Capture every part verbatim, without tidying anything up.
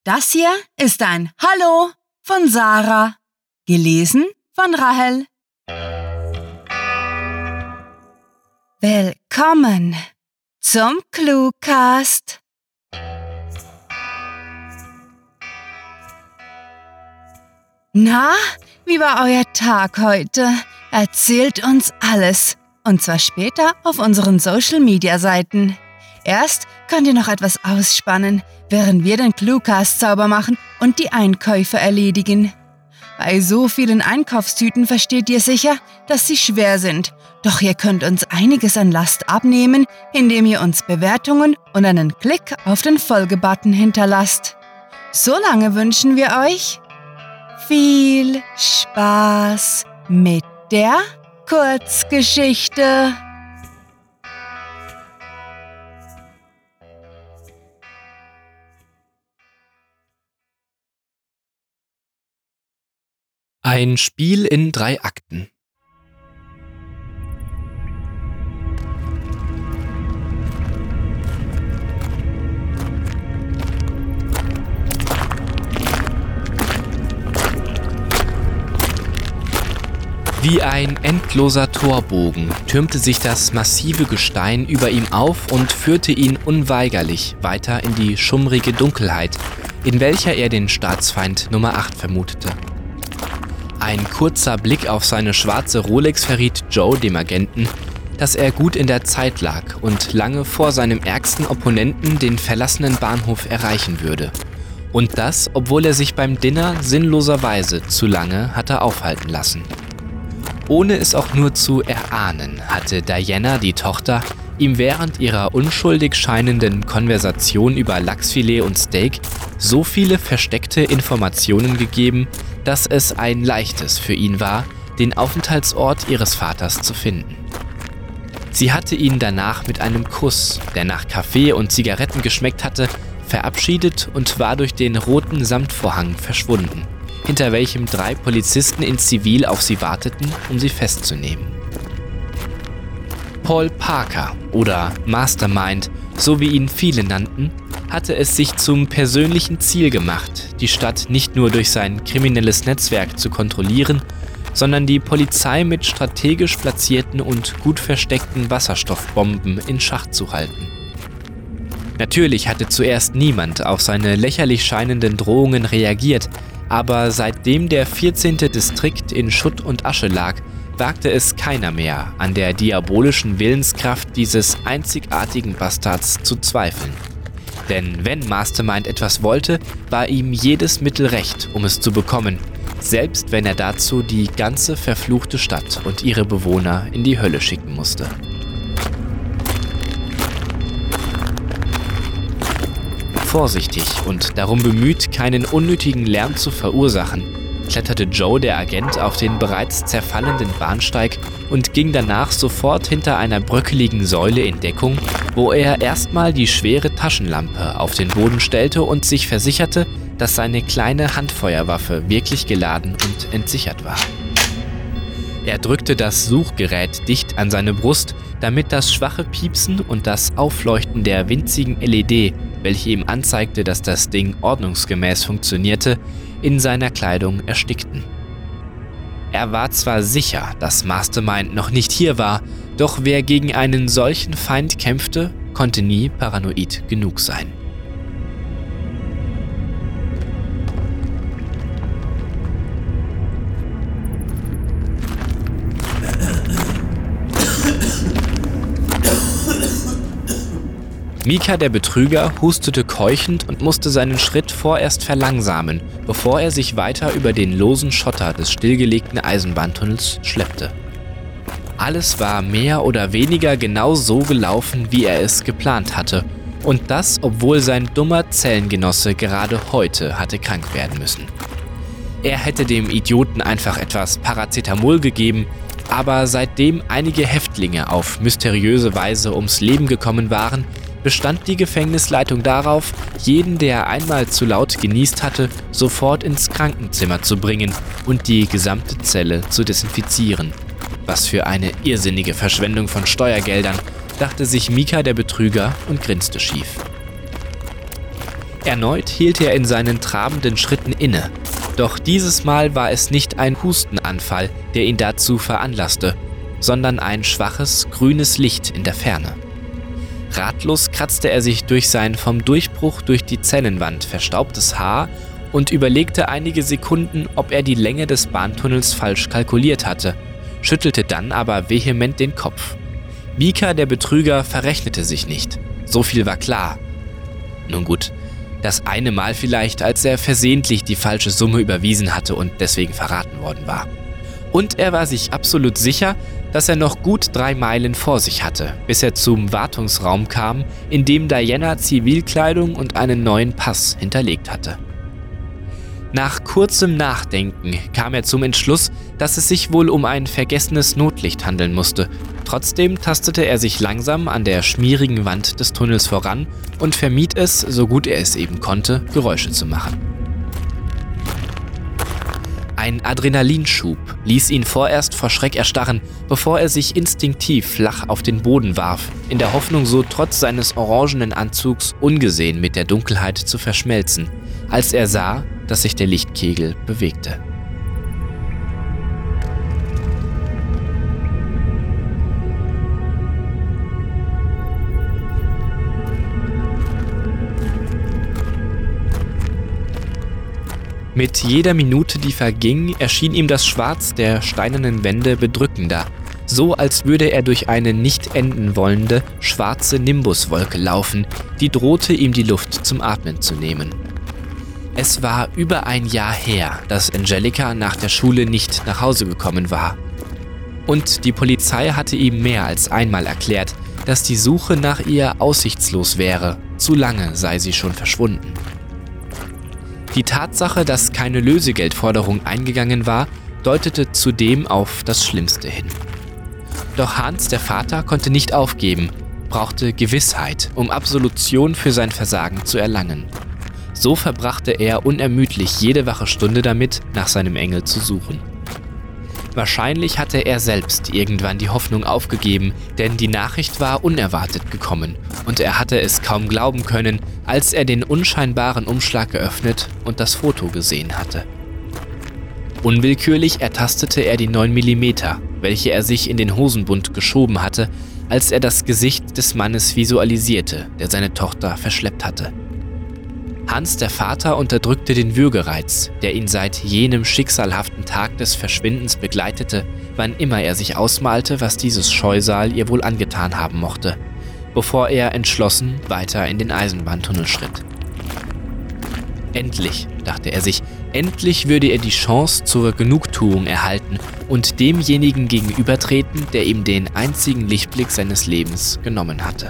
Das hier ist ein Hallo von Sarah, gelesen von Rahel. Willkommen zum Cluecast. Na, wie war euer Tag heute? Erzählt uns alles. Und zwar später auf unseren Social-Media-Seiten. Erst könnt ihr noch etwas ausspannen, während wir den Cluecast sauber machen und die Einkäufe erledigen. Bei so vielen Einkaufstüten versteht ihr sicher, dass sie schwer sind. Doch ihr könnt uns einiges an Last abnehmen, indem ihr uns Bewertungen und einen Klick auf den Folge-Button hinterlasst. Solange wünschen wir euch viel Spaß mit der Kurzgeschichte. Ein Spiel in drei Akten. Wie ein endloser Torbogen türmte sich das massive Gestein über ihm auf und führte ihn unweigerlich weiter in die schummrige Dunkelheit, in welcher er den Staatsfeind Nummer acht vermutete. Ein kurzer Blick auf seine schwarze Rolex verriet Joe, dem Agenten, dass er gut in der Zeit lag und lange vor seinem ärgsten Opponenten den verlassenen Bahnhof erreichen würde. Und das, obwohl er sich beim Dinner sinnloserweise zu lange hatte aufhalten lassen. Ohne es auch nur zu erahnen, hatte Diana, die Tochter, ihm während ihrer unschuldig scheinenden Konversation über Lachsfilet und Steak so viele versteckte Informationen gegeben, dass es ein leichtes für ihn war, den Aufenthaltsort ihres Vaters zu finden. Sie hatte ihn danach mit einem Kuss, der nach Kaffee und Zigaretten geschmeckt hatte, verabschiedet und war durch den roten Samtvorhang verschwunden, hinter welchem drei Polizisten in Zivil auf sie warteten, um sie festzunehmen. Paul Parker oder Mastermind, so wie ihn viele nannten, hatte es sich zum persönlichen Ziel gemacht, die Stadt nicht nur durch sein kriminelles Netzwerk zu kontrollieren, sondern die Polizei mit strategisch platzierten und gut versteckten Wasserstoffbomben in Schach zu halten. Natürlich hatte zuerst niemand auf seine lächerlich scheinenden Drohungen reagiert, aber seitdem der vierzehnte Distrikt in Schutt und Asche lag, wagte es keiner mehr, an der diabolischen Willenskraft dieses einzigartigen Bastards zu zweifeln. Denn wenn Mastermind etwas wollte, war ihm jedes Mittel recht, um es zu bekommen, selbst wenn er dazu die ganze verfluchte Stadt und ihre Bewohner in die Hölle schicken musste. Vorsichtig und darum bemüht, keinen unnötigen Lärm zu verursachen, kletterte Joe, der Agent, auf den bereits zerfallenden Bahnsteig und ging danach sofort hinter einer bröckeligen Säule in Deckung, wo er erstmal die schwere Taschenlampe auf den Boden stellte und sich versicherte, dass seine kleine Handfeuerwaffe wirklich geladen und entsichert war. Er drückte das Suchgerät dicht an seine Brust, damit das schwache Piepsen und das Aufleuchten der winzigen L E D, welche ihm anzeigte, dass das Ding ordnungsgemäß funktionierte, in seiner Kleidung erstickten. Er war zwar sicher, dass Mastermind noch nicht hier war, doch wer gegen einen solchen Feind kämpfte, konnte nie paranoid genug sein. Mika, der Betrüger, hustete keuchend und musste seinen Schritt vorerst verlangsamen, bevor er sich weiter über den losen Schotter des stillgelegten Eisenbahntunnels schleppte. Alles war mehr oder weniger genau so gelaufen, wie er es geplant hatte. Und das, obwohl sein dummer Zellengenosse gerade heute hatte krank werden müssen. Er hätte dem Idioten einfach etwas Paracetamol gegeben, aber seitdem einige Häftlinge auf mysteriöse Weise ums Leben gekommen waren, bestand die Gefängnisleitung darauf, jeden, der einmal zu laut genießt hatte, sofort ins Krankenzimmer zu bringen und die gesamte Zelle zu desinfizieren. Was für eine irrsinnige Verschwendung von Steuergeldern, dachte sich Mika, der Betrüger, und grinste schief. Erneut hielt er in seinen trabenden Schritten inne. Doch dieses Mal war es nicht ein Hustenanfall, der ihn dazu veranlasste, sondern ein schwaches, grünes Licht in der Ferne. Ratlos kratzte er sich durch sein vom Durchbruch durch die Zellenwand verstaubtes Haar und überlegte einige Sekunden, ob er die Länge des Bahntunnels falsch kalkuliert hatte, schüttelte dann aber vehement den Kopf. Mika, der Betrüger, verrechnete sich nicht. So viel war klar. Nun gut, das eine Mal vielleicht, als er versehentlich die falsche Summe überwiesen hatte und deswegen verraten worden war. Und er war sich absolut sicher, dass er noch gut drei Meilen vor sich hatte, bis er zum Wartungsraum kam, in dem Diana Zivilkleidung und einen neuen Pass hinterlegt hatte. Nach kurzem Nachdenken kam er zum Entschluss, dass es sich wohl um ein vergessenes Notlicht handeln musste. Trotzdem tastete er sich langsam an der schmierigen Wand des Tunnels voran und vermied es, so gut er es eben konnte, Geräusche zu machen. Ein Adrenalinschub ließ ihn vorerst vor Schreck erstarren, bevor er sich instinktiv flach auf den Boden warf, in der Hoffnung, so trotz seines orangenen Anzugs ungesehen mit der Dunkelheit zu verschmelzen, als er sah, dass sich der Lichtkegel bewegte. Mit jeder Minute, die verging, erschien ihm das Schwarz der steinernen Wände bedrückender, so als würde er durch eine nicht enden wollende, schwarze Nimbuswolke laufen, die drohte ihm die Luft zum Atmen zu nehmen. Es war über ein Jahr her, dass Angelika nach der Schule nicht nach Hause gekommen war. Und die Polizei hatte ihm mehr als einmal erklärt, dass die Suche nach ihr aussichtslos wäre, zu lange sei sie schon verschwunden. Die Tatsache, dass keine Lösegeldforderung eingegangen war, deutete zudem auf das Schlimmste hin. Doch Hans, der Vater, konnte nicht aufgeben, brauchte Gewissheit, um Absolution für sein Versagen zu erlangen. So verbrachte er unermüdlich jede wache Stunde damit, nach seinem Engel zu suchen. Wahrscheinlich hatte er selbst irgendwann die Hoffnung aufgegeben, denn die Nachricht war unerwartet gekommen und er hatte es kaum glauben können, als er den unscheinbaren Umschlag geöffnet und das Foto gesehen hatte. Unwillkürlich ertastete er die neun Millimeter, welche er sich in den Hosenbund geschoben hatte, als er das Gesicht des Mannes visualisierte, der seine Tochter verschleppt hatte. Hans, der Vater, unterdrückte den Würgereiz, der ihn seit jenem schicksalhaften Tag des Verschwindens begleitete, wann immer er sich ausmalte, was dieses Scheusal ihr wohl angetan haben mochte, bevor er entschlossen weiter in den Eisenbahntunnel schritt. Endlich, dachte er sich, endlich würde er die Chance zur Genugtuung erhalten und demjenigen gegenübertreten, der ihm den einzigen Lichtblick seines Lebens genommen hatte.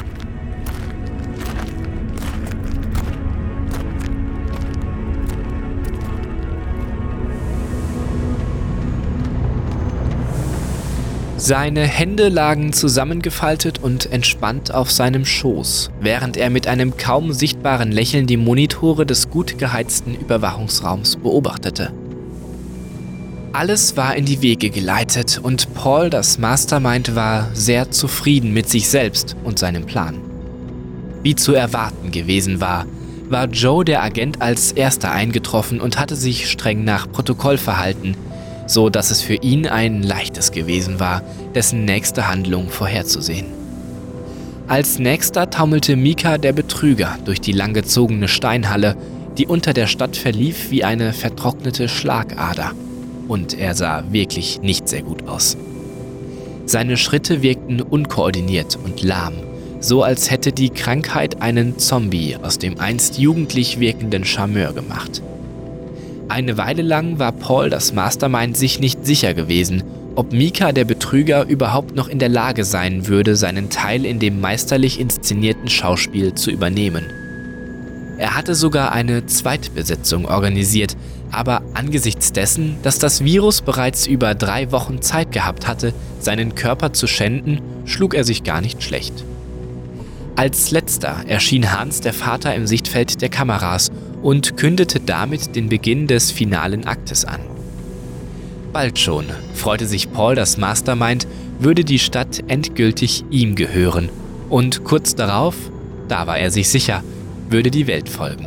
Seine Hände lagen zusammengefaltet und entspannt auf seinem Schoß, während er mit einem kaum sichtbaren Lächeln die Monitore des gut geheizten Überwachungsraums beobachtete. Alles war in die Wege geleitet und Paul, das Mastermind, war sehr zufrieden mit sich selbst und seinem Plan. Wie zu erwarten gewesen war, war Joe, der Agent, als erster eingetroffen und hatte sich streng nach Protokoll verhalten, so dass es für ihn ein leichtes gewesen war, dessen nächste Handlung vorherzusehen. Als nächster taumelte Mika, der Betrüger, durch die langgezogene Steinhalle, die unter der Stadt verlief wie eine vertrocknete Schlagader. Und er sah wirklich nicht sehr gut aus. Seine Schritte wirkten unkoordiniert und lahm, so als hätte die Krankheit einen Zombie aus dem einst jugendlich wirkenden Charmeur gemacht. Eine Weile lang war Paul, das Mastermind, sich nicht sicher gewesen, ob Mika, der Betrüger, überhaupt noch in der Lage sein würde, seinen Teil in dem meisterlich inszenierten Schauspiel zu übernehmen. Er hatte sogar eine Zweitbesetzung organisiert, aber angesichts dessen, dass das Virus bereits über drei Wochen Zeit gehabt hatte, seinen Körper zu schänden, schlug er sich gar nicht schlecht. Als letzter erschien Hans, der Vater, im Sichtfeld der Kameras und kündete damit den Beginn des finalen Aktes an. Bald schon, freute sich Paul, das Mastermind, würde die Stadt endgültig ihm gehören. Und kurz darauf, da war er sich sicher, würde die Welt folgen.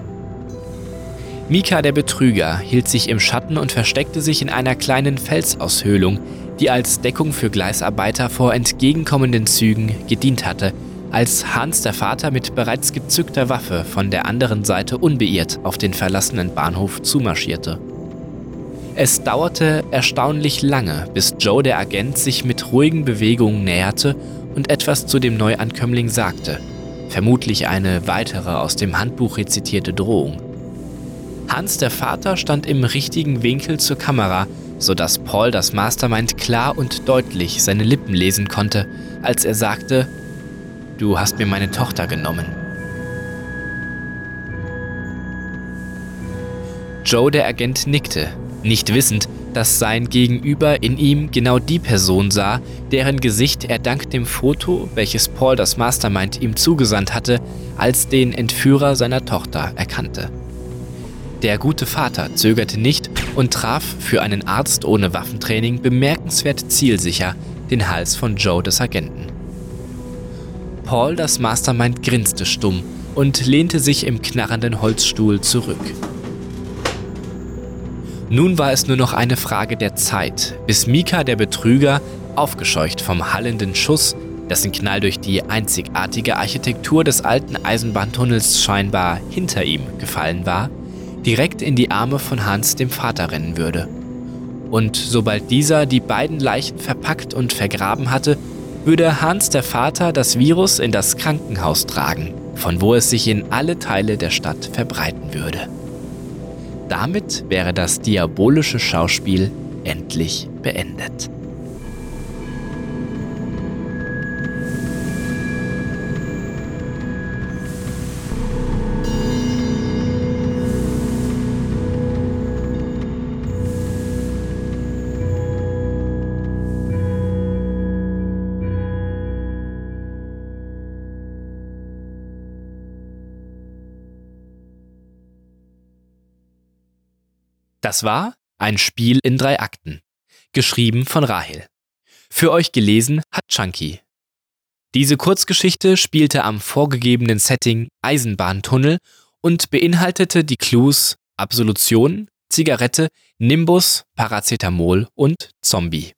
Mika der Betrüger hielt sich im Schatten und versteckte sich in einer kleinen Felsaushöhlung, die als Deckung für Gleisarbeiter vor entgegenkommenden Zügen gedient hatte, als Hans der Vater mit bereits gezückter Waffe von der anderen Seite unbeirrt auf den verlassenen Bahnhof zumarschierte. Es dauerte erstaunlich lange, bis Joe der Agent sich mit ruhigen Bewegungen näherte und etwas zu dem Neuankömmling sagte, vermutlich eine weitere aus dem Handbuch rezitierte Drohung. Hans der Vater stand im richtigen Winkel zur Kamera, sodass Paul das Mastermind klar und deutlich seine Lippen lesen konnte, als er sagte: »Du hast mir meine Tochter genommen.« Joe der Agent nickte, nicht wissend, dass sein Gegenüber in ihm genau die Person sah, deren Gesicht er dank dem Foto, welches Paul das Mastermind ihm zugesandt hatte, als den Entführer seiner Tochter erkannte. Der gute Vater zögerte nicht und traf für einen Arzt ohne Waffentraining bemerkenswert zielsicher den Hals von Joe des Agenten. Paul das Mastermind grinste stumm und lehnte sich im knarrenden Holzstuhl zurück. Nun war es nur noch eine Frage der Zeit, bis Mika der Betrüger, aufgescheucht vom hallenden Schuss, dessen Knall durch die einzigartige Architektur des alten Eisenbahntunnels scheinbar hinter ihm gefallen war, direkt in die Arme von Hans dem Vater rennen würde. Und sobald dieser die beiden Leichen verpackt und vergraben hatte, würde Hans der Vater das Virus in das Krankenhaus tragen, von wo es sich in alle Teile der Stadt verbreiten würde. Damit wäre das diabolische Schauspiel endlich beendet. Das war Ein Spiel in drei Akten, geschrieben von Rahel. Für euch gelesen hat Chunky. Diese Kurzgeschichte spielte am vorgegebenen Setting Eisenbahntunnel und beinhaltete die Clues Absolution, Zigarette, Nimbus, Paracetamol und Zombie.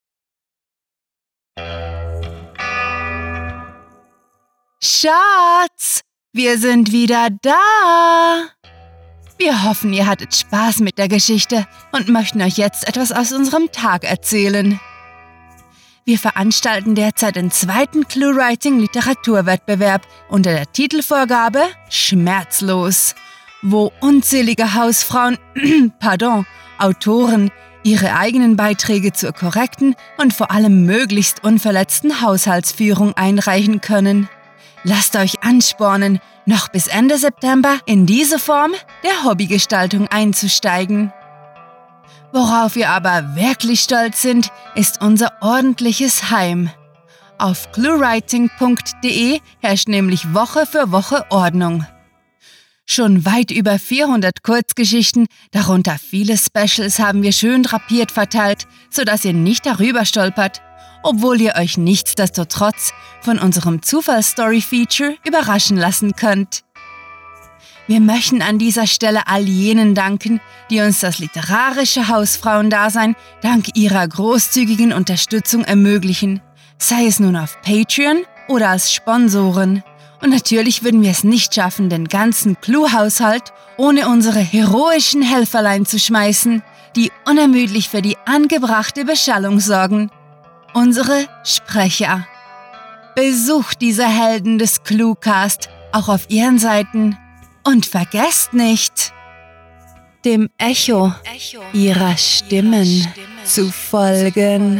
Schatz, wir sind wieder da! Wir hoffen, ihr hattet Spaß mit der Geschichte und möchten euch jetzt etwas aus unserem Tag erzählen. Wir veranstalten derzeit den zweiten Clue-Writing-Literaturwettbewerb unter der Titelvorgabe Schmerzlos, wo unzählige Hausfrauen, pardon, Autoren ihre eigenen Beiträge zur korrekten und vor allem möglichst unverletzten Haushaltsführung einreichen können. Lasst euch anspornen, noch bis Ende September in diese Form der Hobbygestaltung einzusteigen. Worauf wir aber wirklich stolz sind, ist unser ordentliches Heim. Auf cluewriting punkt de herrscht nämlich Woche für Woche Ordnung. Schon weit über vierhundert Kurzgeschichten, darunter viele Specials, haben wir schön drapiert verteilt, sodass ihr nicht darüber stolpert, obwohl ihr euch nichtsdestotrotz von unserem Zufallsstory-Feature überraschen lassen könnt. Wir möchten an dieser Stelle all jenen danken, die uns das literarische Hausfrauendasein dank ihrer großzügigen Unterstützung ermöglichen, sei es nun auf Patreon oder als Sponsoren. Und natürlich würden wir es nicht schaffen, den ganzen Clue-Haushalt ohne unsere heroischen Helferlein zu schmeißen, die unermüdlich für die angebrachte Beschallung sorgen. Unsere Sprecher. Besucht diese Helden des Cluecast auch auf ihren Seiten und vergesst nicht, dem Echo ihrer Stimmen zu folgen.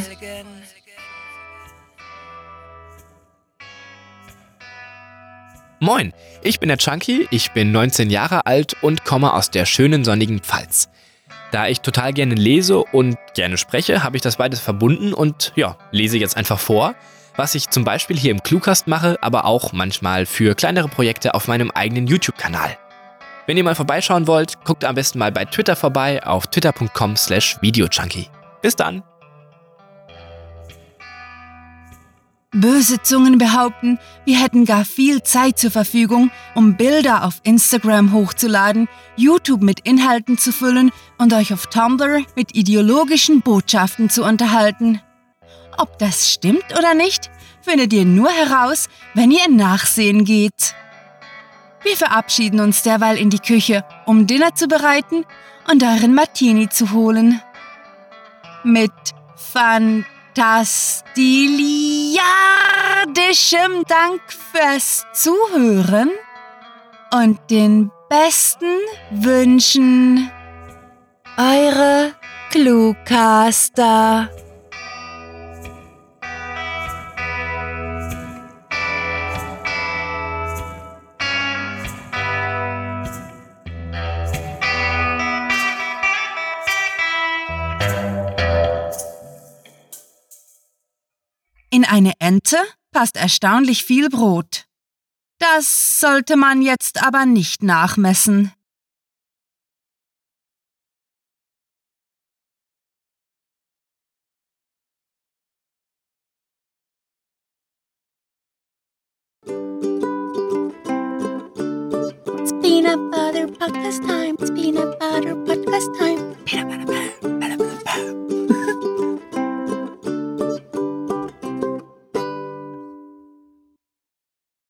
Moin, ich bin der Chunky, ich bin neunzehn Jahre alt und komme aus der schönen sonnigen Pfalz. Da ich total gerne lese und gerne spreche, habe ich das beides verbunden und ja, lese jetzt einfach vor, was ich zum Beispiel hier im Cluecast mache, aber auch manchmal für kleinere Projekte auf meinem eigenen YouTube-Kanal. Wenn ihr mal vorbeischauen wollt, guckt am besten mal bei Twitter vorbei auf twitter punkt com slash videochunky. Bis dann! Böse Zungen behaupten, wir hätten gar viel Zeit zur Verfügung, um Bilder auf Instagram hochzuladen, YouTube mit Inhalten zu füllen und euch auf Tumblr mit ideologischen Botschaften zu unterhalten. Ob das stimmt oder nicht, findet ihr nur heraus, wenn ihr in Nachsehen geht. Wir verabschieden uns derweil in die Küche, um Dinner zu bereiten und euren Martini zu holen. Mit fantastiliardischem Dank fürs Zuhören und den besten Wünschen. Eure Cluecaster. In eine Ente passt erstaunlich viel Brot. Das sollte man jetzt aber nicht nachmessen. It's peanut butter podcast time. It's peanut butter podcast time. Peanut butter.